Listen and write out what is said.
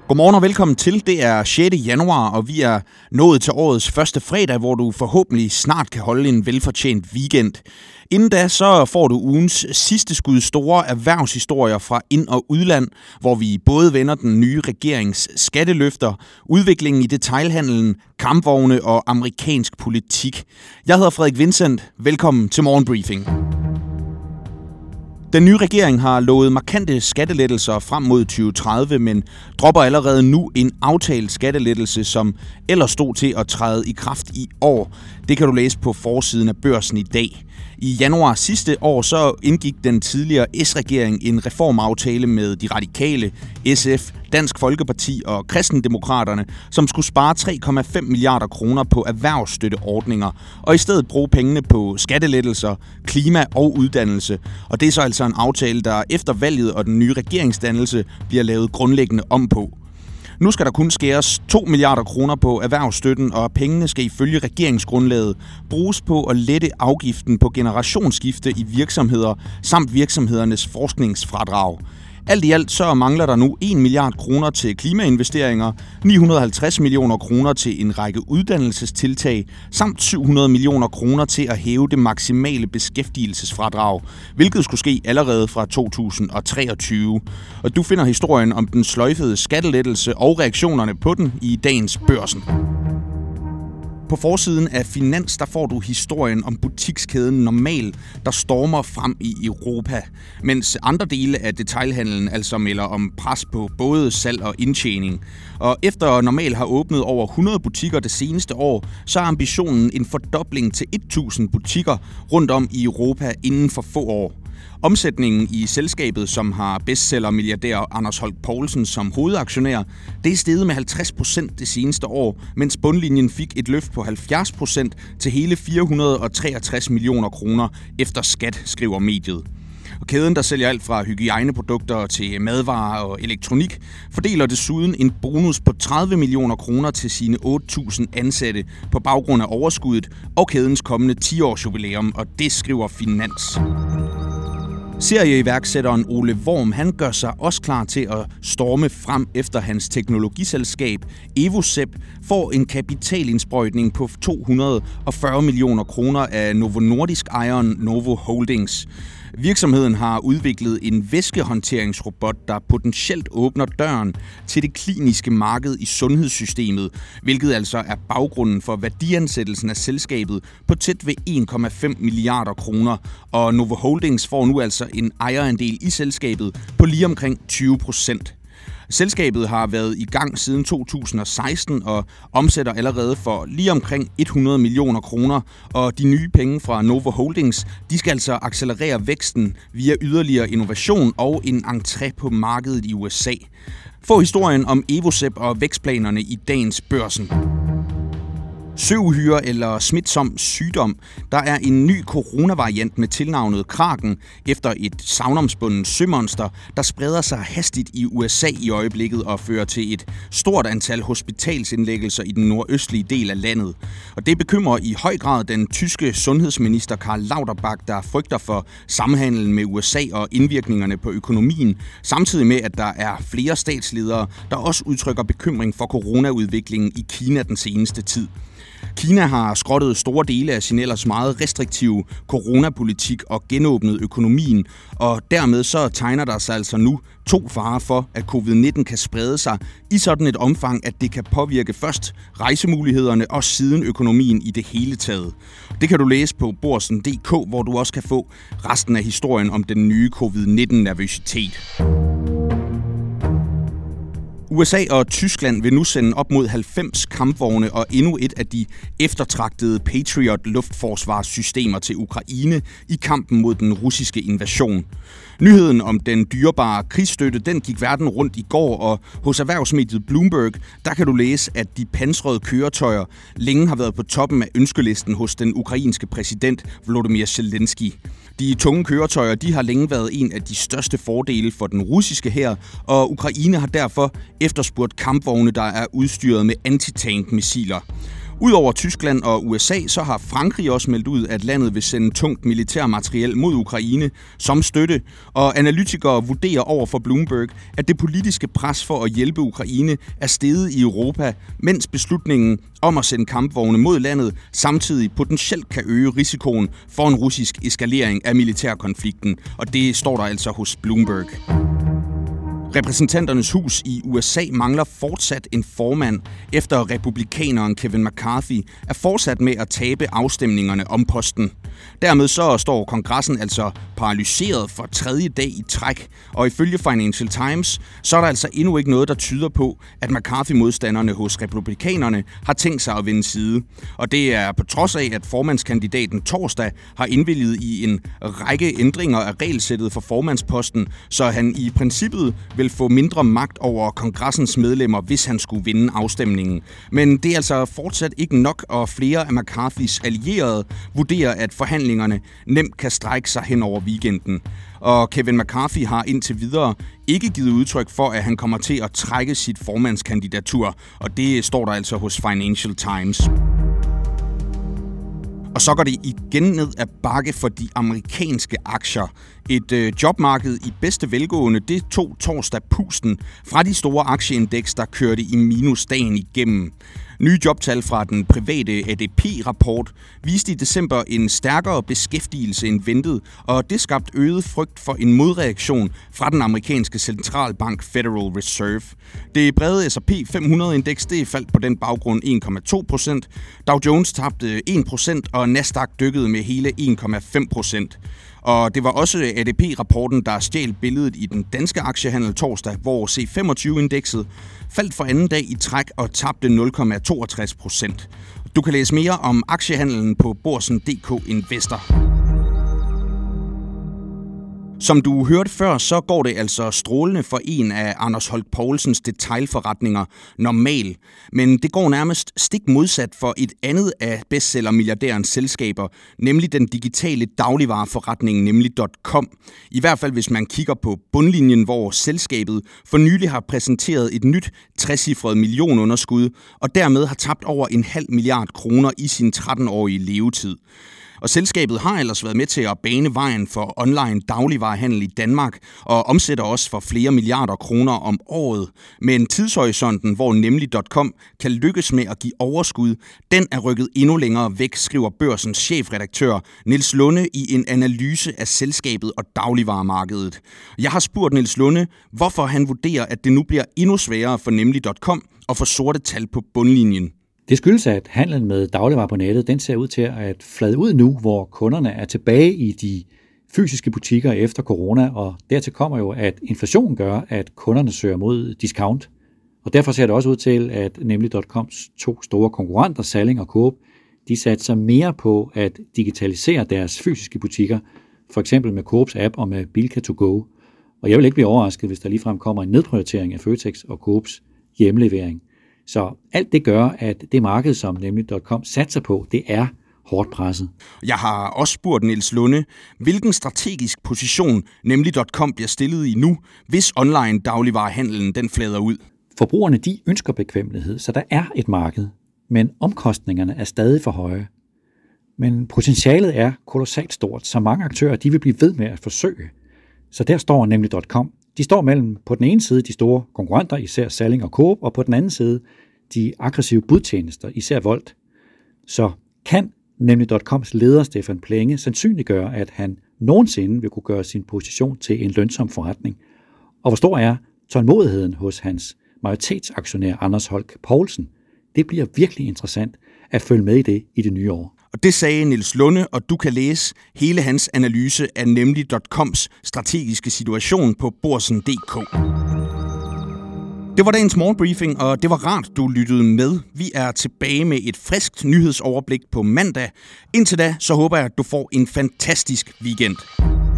Godmorgen og velkommen til. Det er 6. januar, og vi er nået til årets første fredag, hvor du forhåbentlig snart kan holde en velfortjent weekend. Inden da så får du ugens sidste skud store erhvervshistorier fra ind- og udland, hvor vi både vender den nye regerings skatteløfter, udviklingen i detailhandelen, kampvogne og amerikansk politik. Jeg hedder Frederik Vincent. Velkommen til Morgenbriefing. Den nye regering har lovet markante skattelettelser frem mod 2030, men dropper allerede nu en aftalt skattelettelse, som ellers stod til at træde i kraft i år. Det kan du læse på forsiden af Børsen i dag. I januar sidste år så indgik den tidligere S-regering en reformaftale med de radikale, SF, Dansk Folkeparti og Kristendemokraterne, som skulle spare 3,5 milliarder kroner på erhvervsstøtteordninger, og i stedet bruge pengene på skattelettelser, klima og uddannelse. Og det er så altså en aftale, der efter valget og den nye regeringsdannelse bliver lavet grundlæggende om på. Nu skal der kun skæres 2 milliarder kroner på erhvervsstøtten, og pengene skal ifølge regeringsgrundlaget bruges på at lette afgiften på generationsskifte i virksomheder samt virksomhedernes forskningsfradrag. Alt i alt så mangler der nu 1 milliard kroner til klimainvesteringer, 950 millioner kroner til en række uddannelsestiltag, samt 700 millioner kroner til at hæve det maksimale beskæftigelsesfradrag, hvilket skulle ske allerede fra 2023. Og du finder historien om den sløjfede skattelettelse og reaktionerne på den i dagens Børsen. På forsiden af Finans, der får du historien om butikskæden Normal, der stormer frem i Europa, mens andre dele af detailhandelen altså melder om pres på både salg og indtjening. Og efter Normal har åbnet over 100 butikker det seneste år, så er ambitionen en fordobling til 1000 butikker rundt om i Europa inden for få år. Omsætningen i selskabet, som har bestseller-milliardær Anders Holk Poulsen som hovedaktionær, det er steget med 50% det seneste år, mens bundlinjen fik et løft på 70% til hele 463 millioner kroner efter skat, skriver mediet. Og kæden, der sælger alt fra hygiejneprodukter til madvarer og elektronik, fordeler desuden en bonus på 30 millioner kroner til sine 8.000 ansatte på baggrund af overskuddet og kædens kommende 10-års jubilæum, og det skriver Finans. Serieiværksætteren Ole Worm, han gør sig også klar til at storme frem efter hans teknologiselskab Evocep får en kapitalindsprøjtning på 240 millioner kroner af Novo Nordisk-ejeren Novo Holdings. Virksomheden har udviklet en væskehåndteringsrobot, der potentielt åbner døren til det kliniske marked i sundhedssystemet, hvilket altså er baggrunden for værdiansættelsen af selskabet på tæt ved 1,5 milliarder kroner. Og Novo Holdings får nu altså en ejerandel i selskabet på lige omkring 20%. Selskabet har været i gang siden 2016 og omsætter allerede for lige omkring 100 millioner kroner, og de nye penge fra Novo Holdings, de skal altså accelerere væksten via yderligere innovation og en entré på markedet i USA. Få historien om Evocep og vækstplanerne i dagens Børsen. Søuhyre eller smitsom sygdom. Der er en ny coronavariant med tilnavnet Kraken efter et savnomsbundet sømonster, der spreder sig hastigt i USA i øjeblikket og fører til et stort antal hospitalsindlæggelser i den nordøstlige del af landet. Og det bekymrer i høj grad den tyske sundhedsminister Karl Lauterbach, der frygter for samhandlen med USA og indvirkningerne på økonomien, samtidig med at der er flere statsledere, der også udtrykker bekymring for coronaudviklingen i Kina den seneste tid. Kina har skrottet store dele af sin ellers meget restriktive coronapolitik og genåbnet økonomien, og dermed så tegner der sig altså nu 2 farer for, at covid-19 kan sprede sig i sådan et omfang, at det kan påvirke først rejsemulighederne og siden økonomien i det hele taget. Det kan du læse på Børsen.dk, hvor du også kan få resten af historien om den nye covid-19-nervøsitet. USA og Tyskland vil nu sende op mod 90 kampvogne og endnu et af de eftertragtede Patriot luftforsvarssystemer til Ukraine i kampen mod den russiske invasion. Nyheden om den dyrebare krigsstøtte, den gik verden rundt i går, og hos erhvervsmediet Bloomberg, der kan du læse, at de pansrede køretøjer længe har været på toppen af ønskelisten hos den ukrainske præsident Volodymyr Zelensky. De tunge køretøjer, de har længe været en af de største fordele for den russiske hær, og Ukraine har derfor efterspurgt kampvogne, der er udstyret med antitankmissiler. Udover Tyskland og USA, så har Frankrig også meldt ud, at landet vil sende tungt militærmateriel mod Ukraine som støtte, og analytikere vurderer over for Bloomberg, at det politiske pres for at hjælpe Ukraine er steget i Europa, mens beslutningen om at sende kampvogne mod landet samtidig potentielt kan øge risikoen for en russisk eskalering af militærkonflikten, og det står der altså hos Bloomberg. Repræsentanternes hus i USA mangler fortsat en formand, efter republikaneren Kevin McCarthy er fortsat med at tabe afstemningerne om posten. Dermed så står kongressen altså paralyseret for tredje dag i træk, og ifølge Financial Times, så er der altså endnu ikke noget, der tyder på, at McCarthy-modstanderne hos republikanerne har tænkt sig at vende side. Og det er på trods af, at formandskandidaten torsdag har indvilliget i en række ændringer af regelsættet for formandsposten, så han i princippet vil få mindre magt over kongressens medlemmer, hvis han skulle vinde afstemningen. Men det er altså fortsat ikke nok, og flere af McCarthys allierede vurderer, at forhandlingerne nemt kan strække sig hen over weekenden. Og Kevin McCarthy har indtil videre ikke givet udtryk for, at han kommer til at trække sit formandskandidatur, og det står der altså hos Financial Times. Og så går det igen ned ad bakke for de amerikanske aktier. Et jobmarked i bedste velgående, det tog torsdag pusten fra de store aktieindeks, der kørte i minus dagen igennem. Nye jobtal fra den private ADP-rapport viste i december en stærkere beskæftigelse end ventet, og det skabte øget frygt for en modreaktion fra den amerikanske centralbank Federal Reserve. Det brede S&P 500-indeks det faldt på den baggrund 1,2%, Dow Jones tabte 1%, og Nasdaq dykkede med hele 1,5%. Og det var også ADP-rapporten, der stjal billedet i den danske aktiehandel torsdag, hvor C25-indekset faldt for anden dag i træk og tabte 0,62%. Du kan læse mere om aktiehandlen på Borsen.dk Investor. Som du hørte før, så går det altså strålende for en af Anders Holk Poulsens detailforretninger, Normal. Men det går nærmest stik modsat for et andet af bestseller-milliardærens selskaber, nemlig den digitale dagligvareforretning, nemlig .com. I hvert fald hvis man kigger på bundlinjen, hvor selskabet for nylig har præsenteret et nyt 60-cifret millionunderskud, og dermed har tabt over 0,5 milliard kroner i sin 13-årige levetid. Og selskabet har ellers været med til at bane vejen for online dagligvarehandel i Danmark og omsætter også for flere milliarder kroner om året. Men tidshorisonten, hvor nemlig.com kan lykkes med at give overskud, den er rykket endnu længere væk, skriver Børsens chefredaktør Niels Lunde i en analyse af selskabet og dagligvaremarkedet. Jeg har spurgt Niels Lunde, hvorfor han vurderer, at det nu bliver endnu sværere for nemlig.com at få sorte tal på bundlinjen. Det skyldes, at handlen med dagligvarer på nettet, den ser ud til at flade ud nu, hvor kunderne er tilbage i de fysiske butikker efter corona, og dertil kommer jo, at inflationen gør, at kunderne søger mod discount. Og derfor ser det også ud til, at nemlig.coms to store konkurrenter, Salling og Coop, de satser mere på at digitalisere deres fysiske butikker, for eksempel med Coops app og med Bilka to go. Og jeg vil ikke blive overrasket, hvis der ligefrem kommer en nedprioritering af Føtex og Coops hjemlevering. Så alt det gør, at det marked, som nemlig.com satser på, det er hårdt presset. Jeg har også spurgt Niels Lunde, hvilken strategisk position nemlig.com bliver stillet i nu, hvis online dagligvarehandlen den flader ud. Forbrugerne de ønsker bekvemmelighed, så der er et marked, men omkostningerne er stadig for høje. Men potentialet er kolossalt stort, så mange aktører de vil blive ved med at forsøge. Så der står nemlig.com. De står mellem på den ene side de store konkurrenter, især Salling og Coop, og på den anden side de aggressive budtjenester, især Volt. Så kan nemlig.coms leder Stefan Plenge sandsynliggøre, at han nogensinde vil kunne gøre sin position til en lønsom forretning? Og hvor stor er tålmodigheden hos hans majoritetsaktionær Anders Holk Poulsen? Det bliver virkelig interessant at følge med i det i det nye år. Og det sagde Niels Lunde, og du kan læse hele hans analyse af nemlig.coms strategiske situation på Borsen.dk. Det var dagens morgenbriefing, og det var rart, du lyttede med. Vi er tilbage med et friskt nyhedsoverblik på mandag. Indtil da, så håber jeg, at du får en fantastisk weekend.